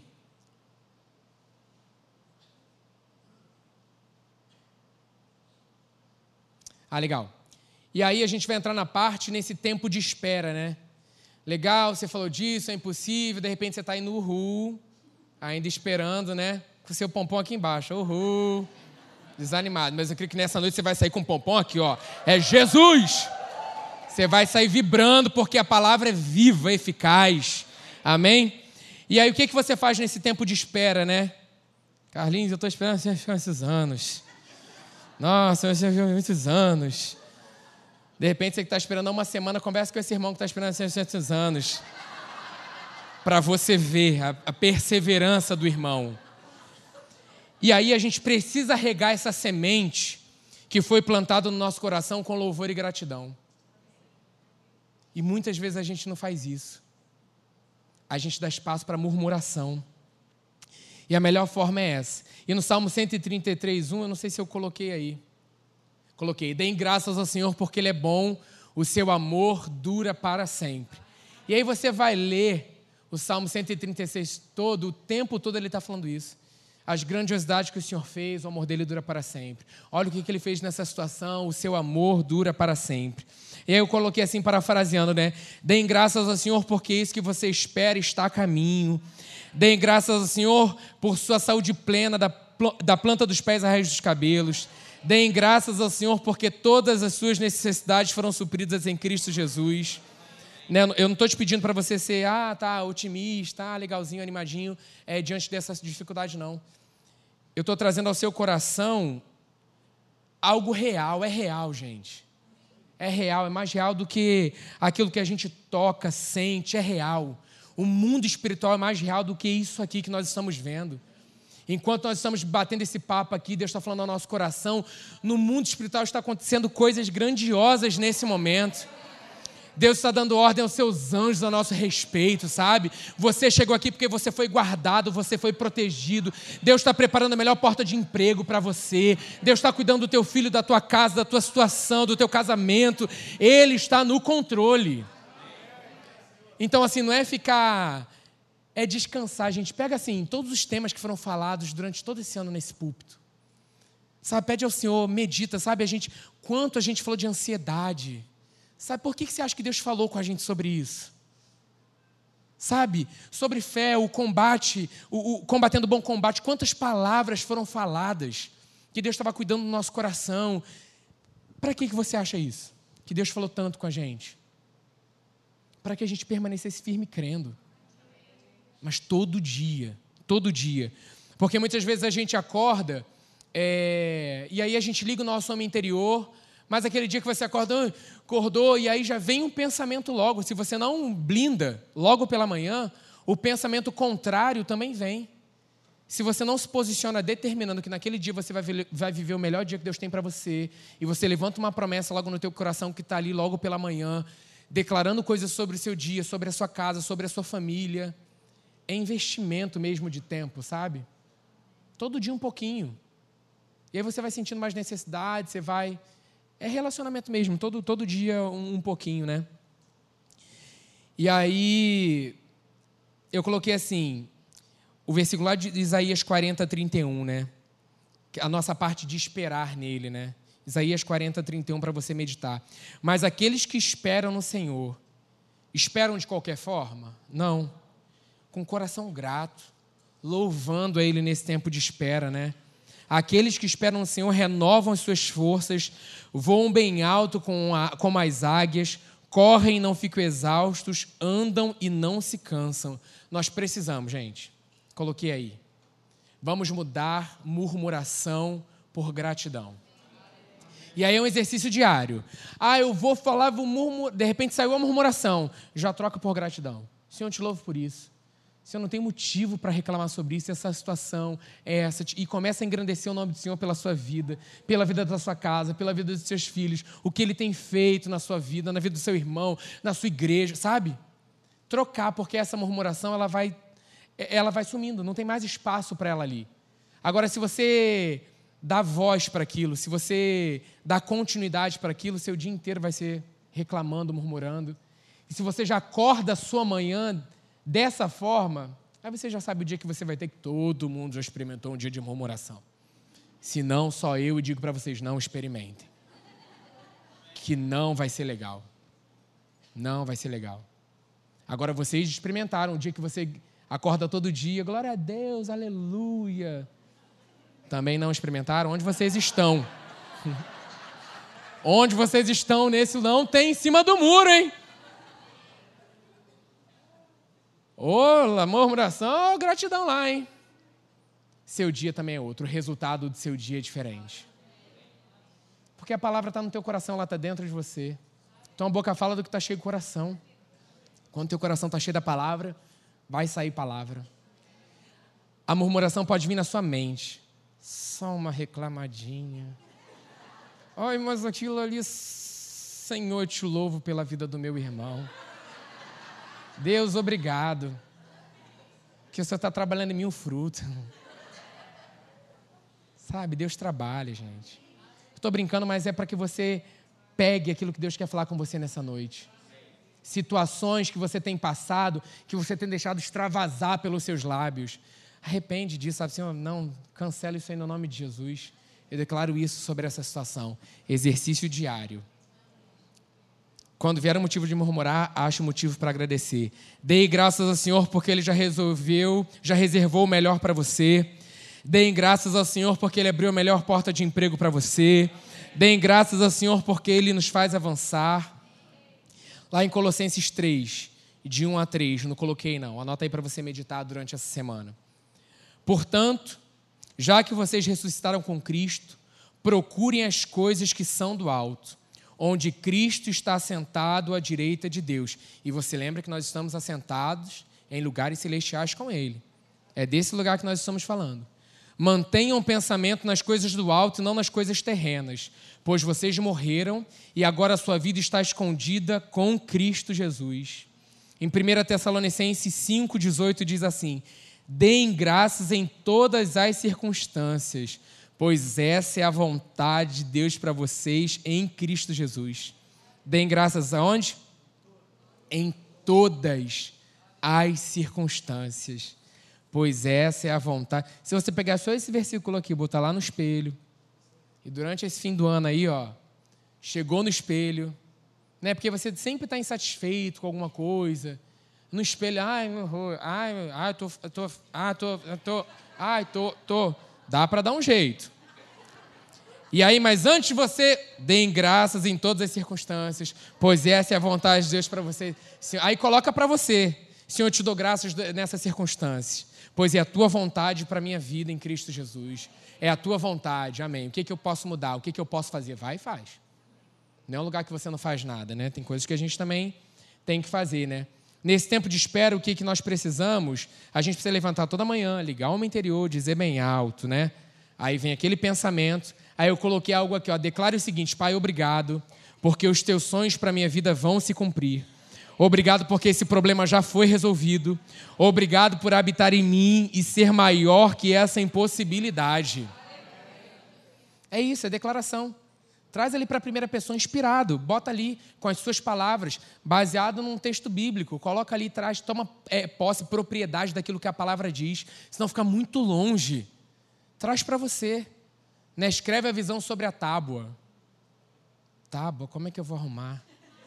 Speaker 1: Ah, legal. E aí a gente vai entrar na parte, nesse tempo de espera, né? Legal, você falou disso, é impossível, de repente você está aí no uhul, ainda esperando, né? Com o seu pompom aqui embaixo, uhul, desanimado. Mas eu creio que nessa noite você vai sair com o pompom aqui, ó. É Jesus! Você vai sair vibrando, porque a palavra é viva, eficaz. Amém? E aí o que, que você faz nesse tempo de espera, né? Carlinhos, eu estou esperando você ficar esses anos. Nossa, você ficar muitos anos. De repente, você que está esperando uma semana, conversa com esse irmão que está esperando seiscentos anos. Para você ver a, a perseverança do irmão. E aí a gente precisa regar essa semente que foi plantada no nosso coração com louvor e gratidão. E muitas vezes a gente não faz isso. A gente dá espaço para murmuração. E a melhor forma é essa. E no Salmo cento e trinta e três, um, eu não sei se eu coloquei aí. Coloquei, deem graças ao Senhor porque Ele é bom, o seu amor dura para sempre. E aí você vai ler o Salmo cento e trinta e seis todo, o tempo todo ele está falando isso. As grandiosidades que o Senhor fez, o amor dele dura para sempre. Olha o que ele fez nessa situação, o seu amor dura para sempre. E aí eu coloquei assim, parafraseando, né? Deem graças ao Senhor porque isso que você espera está a caminho. Deem graças ao Senhor por sua saúde plena, da, da planta dos pés à raiz dos cabelos. Deem graças ao Senhor porque todas as suas necessidades foram supridas em Cristo Jesus. Né? Eu não estou te pedindo para você ser, ah, tá, otimista, ah, legalzinho, animadinho, é, diante dessa dificuldade, não. Eu estou trazendo ao seu coração algo real, é real, gente. É real, é mais real do que aquilo que a gente toca, sente, é real. O mundo espiritual é mais real do que isso aqui que nós estamos vendo. Enquanto nós estamos batendo esse papo aqui, Deus está falando ao nosso coração, no mundo espiritual está acontecendo coisas grandiosas nesse momento. Deus está dando ordem aos seus anjos a nosso respeito, sabe? Você chegou aqui porque você foi guardado, você foi protegido. Deus está preparando a melhor porta de emprego para você. Deus está cuidando do teu filho, da tua casa, da tua situação, do teu casamento. Ele está no controle. Então, assim, não é ficar... É descansar. A gente pega, assim, todos os temas que foram falados durante todo esse ano nesse púlpito. Sabe, pede ao Senhor, medita, sabe? A gente, quanto a gente falou de ansiedade... Sabe por que você acha que Deus falou com a gente sobre isso? Sabe? Sobre fé, o combate, o, o combatendo o bom combate, quantas palavras foram faladas que Deus estava cuidando do nosso coração. Para que, que você acha isso? Que Deus falou tanto com a gente? Para que a gente permanecesse firme crendo. Mas todo dia, todo dia. Porque muitas vezes a gente acorda é, e aí a gente liga o nosso homem interior... Mas aquele dia que você acordou, acordou e aí já vem um pensamento logo. Se você não blinda logo pela manhã, o pensamento contrário também vem. Se você não se posiciona determinando que naquele dia você vai, vai viver o melhor dia que Deus tem para você, e você levanta uma promessa logo no teu coração que está ali logo pela manhã, declarando coisas sobre o seu dia, sobre a sua casa, sobre a sua família, é investimento mesmo de tempo, sabe? Todo dia um pouquinho. E aí você vai sentindo mais necessidade, você vai... É relacionamento mesmo, todo, todo dia um, um pouquinho, né? E aí, eu coloquei assim, o versículo lá de Isaías quarenta, trinta e um, né? A nossa parte de esperar nele, né? Isaías quarenta, trinta e um, para você meditar. Mas aqueles que esperam no Senhor, esperam de qualquer forma? Não. Com coração grato, louvando a Ele nesse tempo de espera, né? Aqueles que esperam no Senhor renovam as suas forças, voam bem alto como as águias, correm e não ficam exaustos, andam e não se cansam. Nós precisamos, gente, coloquei aí, vamos mudar murmuração por gratidão. E aí é um exercício diário. Ah, eu vou falar, vou murmurar, de repente saiu a murmuração, já troca por gratidão. Senhor, eu te louvo por isso. Você não tem motivo para reclamar sobre isso, essa situação é essa. E começa a engrandecer o nome do Senhor pela sua vida, pela vida da sua casa, pela vida dos seus filhos, o que Ele tem feito na sua vida, na vida do seu irmão, na sua igreja, sabe? Trocar, porque essa murmuração ela vai, ela vai sumindo, não tem mais espaço para ela ali. Agora, se você dá voz para aquilo, se você dá continuidade para aquilo, seu dia inteiro vai ser reclamando, murmurando. E se você já acorda a sua manhã dessa forma, aí você já sabe o dia que você vai ter que todo mundo já experimentou um dia de murmuração. Se não, só eu digo para vocês, não experimentem. Que não vai ser legal. Não vai ser legal. Agora, vocês experimentaram o dia que você acorda todo dia, glória a Deus, aleluia. Também não experimentaram? Onde vocês estão? Onde vocês estão nesse não tem em cima do muro, hein? Olá, murmuração, oh, gratidão lá, hein? Seu dia também é outro, o resultado do seu dia é diferente. Porque a palavra está no teu coração, ela está dentro de você. Então a boca fala do que está cheio do coração. Quando teu coração está cheio da palavra, vai sair palavra. A murmuração pode vir na sua mente. Só uma reclamadinha. Ai, mas aquilo ali, Senhor, eu te louvo pela vida do meu irmão. Deus, obrigado, que o Senhor está trabalhando em mim o fruto. Sabe, Deus trabalha, gente. Estou brincando, mas é para que você pegue aquilo que Deus quer falar com você nessa noite. Situações que você tem passado, que você tem deixado extravasar pelos seus lábios. Arrepende disso, sabe, Senhor, não, cancela isso aí no nome de Jesus. Eu declaro isso sobre essa situação. Exercício diário. Quando vier o motivo de murmurar, ache motivo para agradecer. Dê graças ao Senhor porque Ele já resolveu, já reservou o melhor para você. Dê graças ao Senhor porque Ele abriu a melhor porta de emprego para você. Dê graças ao Senhor porque Ele nos faz avançar. Lá em Colossenses três, de um a três, não coloquei não, anota aí para você meditar durante essa semana. Portanto, já que vocês ressuscitaram com Cristo, procurem as coisas que são do alto, onde Cristo está assentado à direita de Deus. E você lembra que nós estamos assentados em lugares celestiais com Ele. É desse lugar que nós estamos falando. Mantenham o pensamento nas coisas do alto e não nas coisas terrenas, pois vocês morreram e agora a sua vida está escondida com Cristo Jesus. Em primeira Tessalonicenses cinco, dezoito diz assim: deem graças em todas as circunstâncias, pois essa é a vontade de Deus para vocês em Cristo Jesus. Deem graças aonde? Em todas as circunstâncias, pois essa é a vontade. Se você pegar só esse versículo aqui, botar lá no espelho, e durante esse fim do ano aí, ó, chegou no espelho, né? Porque você sempre está insatisfeito com alguma coisa. No espelho, ai, ai, ai, tô, tô, ai, tô, tô, ai, tô, tô. Dá para dar um jeito. E aí, mas antes de você, deem graças em todas as circunstâncias, pois essa é a vontade de Deus para você. Aí coloca para você: Senhor, eu te dou graças nessas circunstâncias, pois é a tua vontade para a minha vida em Cristo Jesus. É a tua vontade, amém. O que, que eu posso mudar? O que, que eu posso fazer? Vai e faz. Não é um lugar que você não faz nada, né? Tem coisas que a gente também tem que fazer, né? Nesse tempo de espera, o que, que nós precisamos? A gente precisa levantar toda manhã, ligar o interior, dizer bem alto, né? Aí vem aquele pensamento. Aí eu coloquei algo aqui, ó. Declare o seguinte: Pai, obrigado, porque os teus sonhos para a minha vida vão se cumprir. Obrigado porque esse problema já foi resolvido. Obrigado por habitar em mim e ser maior que essa impossibilidade. É isso, é declaração. Traz ali para a primeira pessoa, inspirado. Bota ali com as suas palavras, baseado num texto bíblico. Coloca ali, traz, toma é, posse, propriedade daquilo que a palavra diz. Senão fica muito longe. Traz para você. Né? Escreve a visão sobre a tábua. Tábua, como é que eu vou arrumar?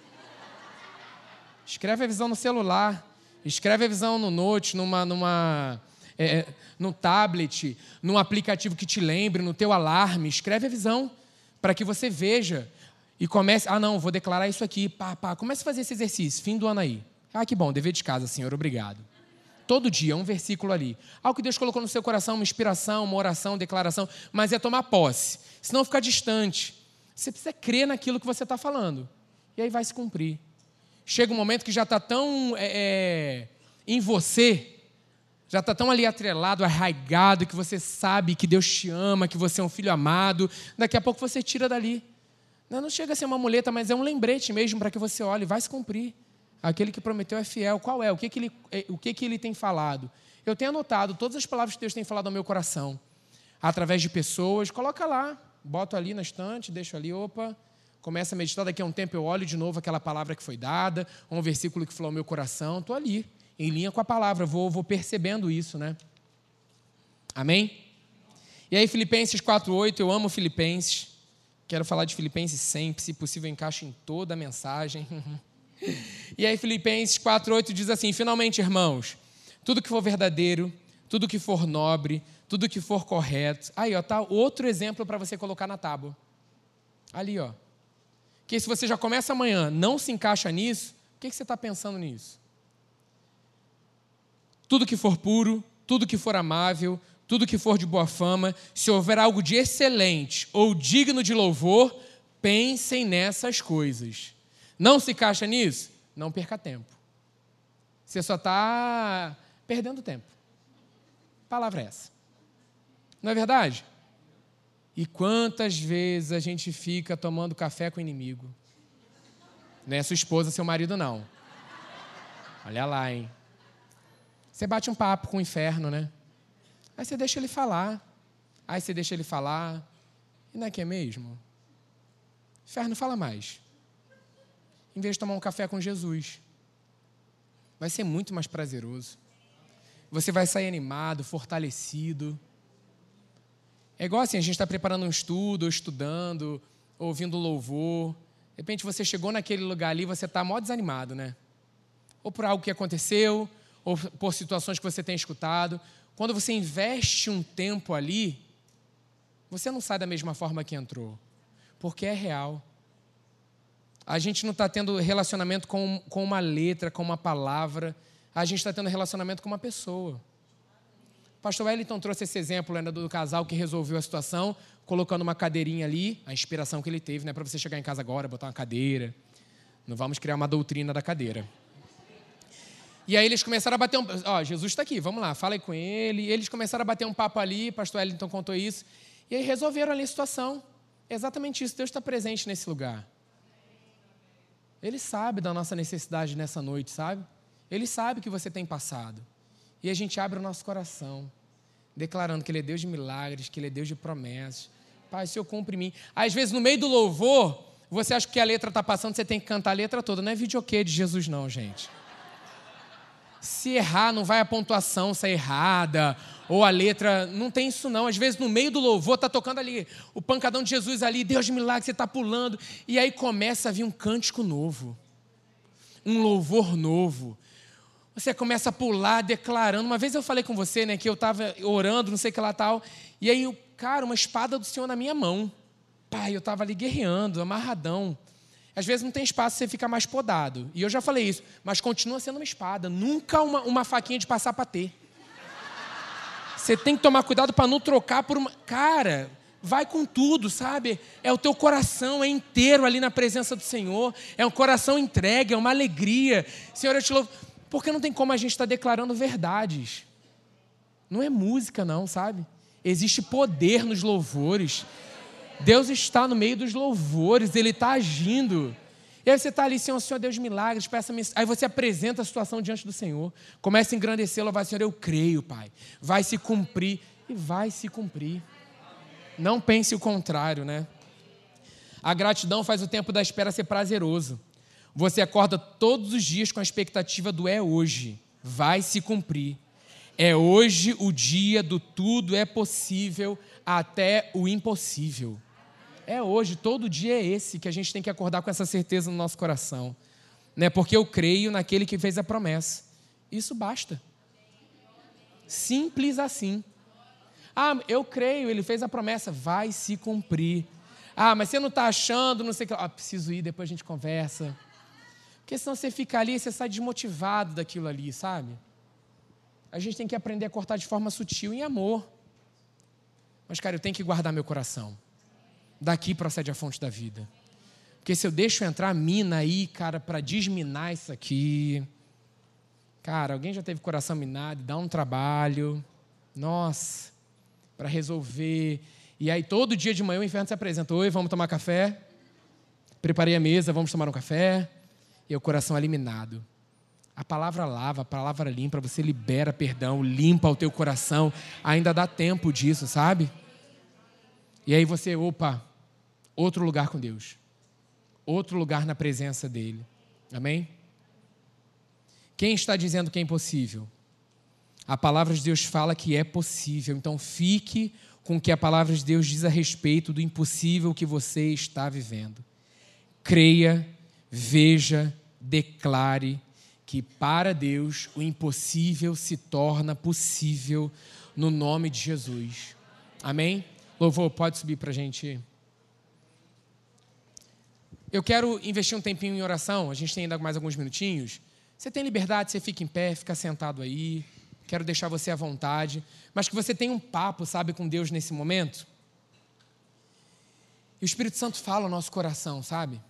Speaker 1: Escreve a visão no celular. Escreve a visão no note, numa, numa, é, no tablet, num aplicativo que te lembre, no teu alarme. Escreve a visão para que você veja e comece. Ah, não, vou declarar isso aqui. Pá, pá. Comece a fazer esse exercício. Fim do ano aí. Ah, que bom, dever de casa, Senhor, obrigado. Todo dia, um versículo ali. Algo que Deus colocou no seu coração, uma inspiração, uma oração, declaração, mas é tomar posse. Senão ficar distante. Você precisa crer naquilo que você está falando. E aí vai se cumprir. Chega um momento que já está tão é, é, em você, já está tão ali atrelado, arraigado, que você sabe que Deus te ama, que você é um filho amado. Daqui a pouco você tira dali. Não, não chega a ser uma muleta, mas é um lembrete mesmo para que você olhe. Vai se cumprir. Aquele que prometeu é fiel. Qual é? O que, que, ele, o que, que ele tem falado? Eu tenho anotado todas as palavras que Deus tem falado ao meu coração. Através de pessoas. Coloca lá. Boto ali na estante, deixo ali, opa. Começa a meditar, daqui a um tempo eu olho de novo aquela palavra que foi dada, ou um versículo que falou ao meu coração. Estou ali, em linha com a palavra. Vou, vou percebendo isso, né? Amém? E aí, Filipenses quatro, oito. Eu amo Filipenses. Quero falar de Filipenses sempre. Se possível, encaixe em toda a mensagem. E aí Filipenses quatro, oito diz assim: finalmente, irmãos, tudo que for verdadeiro, tudo que for nobre, tudo que for correto. Aí, ó, tá outro exemplo para você colocar na tábua. Ali, ó. Que se você já começa amanhã, não se encaixa nisso, o que, que você está pensando nisso? Tudo que for puro, tudo que for amável, tudo que for de boa fama, se houver algo de excelente ou digno de louvor, pensem nessas coisas. Não se encaixa nisso? Não perca tempo. Você só está perdendo tempo. A palavra é essa. Não é verdade? E quantas vezes a gente fica tomando café com o inimigo? Não é sua esposa, seu marido, não. Olha lá, hein? Você bate um papo com o inferno, né? Aí você deixa ele falar. Aí você deixa ele falar. E não é que é mesmo? O inferno fala mais. Em vez de tomar um café com Jesus. Vai ser muito mais prazeroso. Você vai sair animado, fortalecido. É igual assim, a gente está preparando um estudo, ou estudando, ouvindo louvor. De repente você chegou naquele lugar ali, você está mó desanimado, né? Ou por algo que aconteceu, ou por situações que você tem escutado. Quando você investe um tempo ali, você não sai da mesma forma que entrou. Porque é real. A gente não está tendo relacionamento com, com uma letra, com uma palavra. A gente está tendo relacionamento com uma pessoa. O pastor Wellington trouxe esse exemplo, né, do casal que resolveu a situação, colocando uma cadeirinha ali, a inspiração que ele teve, né, para você chegar em casa agora, botar uma cadeira. Não vamos criar uma doutrina da cadeira. E aí eles começaram a bater um... Ó, Jesus está aqui, vamos lá, fala aí com ele. E eles começaram a bater um papo ali, o pastor Wellington contou isso. E aí resolveram ali a situação. Exatamente isso, Deus está presente nesse lugar. Ele sabe da nossa necessidade nessa noite, sabe? Ele sabe o que você tem passado. E a gente abre o nosso coração, declarando que Ele é Deus de milagres, que Ele é Deus de promessas. Pai, o Senhor cumpre em mim. Às vezes, no meio do louvor, você acha que a letra está passando, você tem que cantar a letra toda. Não é videokê de Jesus, não, gente. Se errar, não vai a pontuação sair errada, ou a letra, não tem isso não. Às vezes no meio do louvor está tocando ali o pancadão de Jesus ali, Deus de milagre, você está pulando, e aí começa a vir um cântico novo, um louvor novo. Você começa a pular, declarando. Uma vez eu falei com você, né, que eu estava orando, não sei o que lá tal, e aí, cara, uma espada do Senhor na minha mão. Pai, eu estava ali guerreando, amarradão. Às vezes não tem espaço, você fica mais podado. E eu já falei isso, mas continua sendo uma espada. Nunca uma, uma faquinha de passar patê. Você tem que tomar cuidado para não trocar por uma... Cara, vai com tudo, sabe? É o teu coração, é inteiro ali na presença do Senhor. É um coração entregue, é uma alegria. Senhor, eu te louvo. Porque não tem como a gente estar declarando verdades. Não é música não, sabe? Existe poder nos louvores. Deus está no meio dos louvores, Ele está agindo. E aí você está ali, Senhor, Senhor Deus de milagres, peça-me. Aí você apresenta a situação diante do Senhor, começa a engrandecer, louvar, Senhor, eu creio, Pai. Vai se cumprir, e vai se cumprir. Não pense o contrário, né? A gratidão faz o tempo da espera ser prazeroso. Você acorda todos os dias com a expectativa do é hoje, vai se cumprir. É hoje o dia do tudo é possível até o impossível. É hoje, todo dia é esse que a gente tem que acordar com essa certeza no nosso coração, né? Porque eu creio naquele que fez a promessa. Isso basta. Simples assim. Ah, eu creio, ele fez a promessa, vai se cumprir. Ah, mas você não está achando, não sei o que. Ah, preciso ir, depois a gente conversa. Porque senão você fica ali e você sai desmotivado daquilo ali, sabe? A gente tem que aprender a cortar de forma sutil, em amor. Mas, cara, eu tenho que guardar meu coração. Daqui procede a fonte da vida. Porque se eu deixo entrar mina aí, cara, para desminar isso aqui... Cara, alguém já teve coração minado, dá um trabalho... Nossa, para resolver... E aí, todo dia de manhã, o inferno se apresenta. Oi, vamos tomar café? Preparei a mesa, vamos tomar um café? E o coração eliminado. A palavra lava, a palavra limpa, você libera perdão, limpa o teu coração. Ainda dá tempo disso, sabe? E aí você, opa, outro lugar com Deus. Outro lugar na presença dEle. Amém? Quem está dizendo que é impossível? A palavra de Deus fala que é possível. Então fique com o que a palavra de Deus diz a respeito do impossível que você está vivendo. Creia, veja, declare que para Deus o impossível se torna possível no nome de Jesus. Amém? Louvor, pode subir para a gente. Eu quero investir um tempinho em oração, a gente tem ainda mais alguns minutinhos. Você tem liberdade, você fica em pé, fica sentado aí. Quero deixar você à vontade, mas que você tenha um papo, sabe, com Deus nesse momento. E o Espírito Santo fala no nosso coração, sabe?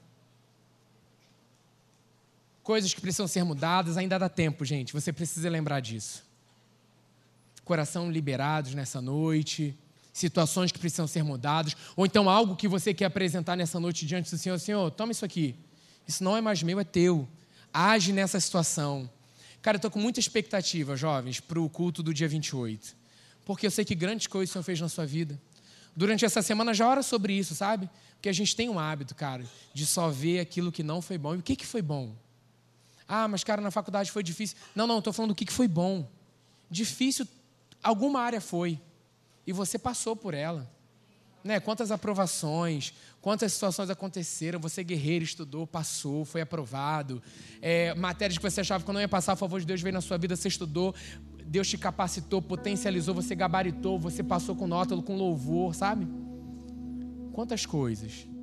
Speaker 1: Coisas que precisam ser mudadas, ainda dá tempo, gente. Você precisa lembrar disso. Coração liberados nessa noite, situações que precisam ser mudadas, ou então algo que você quer apresentar nessa noite diante do Senhor. Senhor, toma isso aqui. Isso não é mais meu, é teu. Age nessa situação. Cara, eu estou com muita expectativa, jovens, para o culto do dia vinte e oito. Porque eu sei que grandes coisas o Senhor fez na sua vida. Durante essa semana já ora sobre isso, sabe? Porque a gente tem um hábito, cara, de só ver aquilo que não foi bom. E o que, que foi bom? Ah, mas, cara, na faculdade foi difícil. Não, não, estou falando do que, que foi bom. Difícil, alguma área foi. E você passou por ela. Né? Quantas aprovações, quantas situações aconteceram, você guerreiro, estudou, passou, foi aprovado. É, matérias que você achava que não ia passar, a favor de Deus veio na sua vida, você estudou, Deus te capacitou, potencializou, você gabaritou, você passou com nota, com louvor, sabe? Quantas coisas.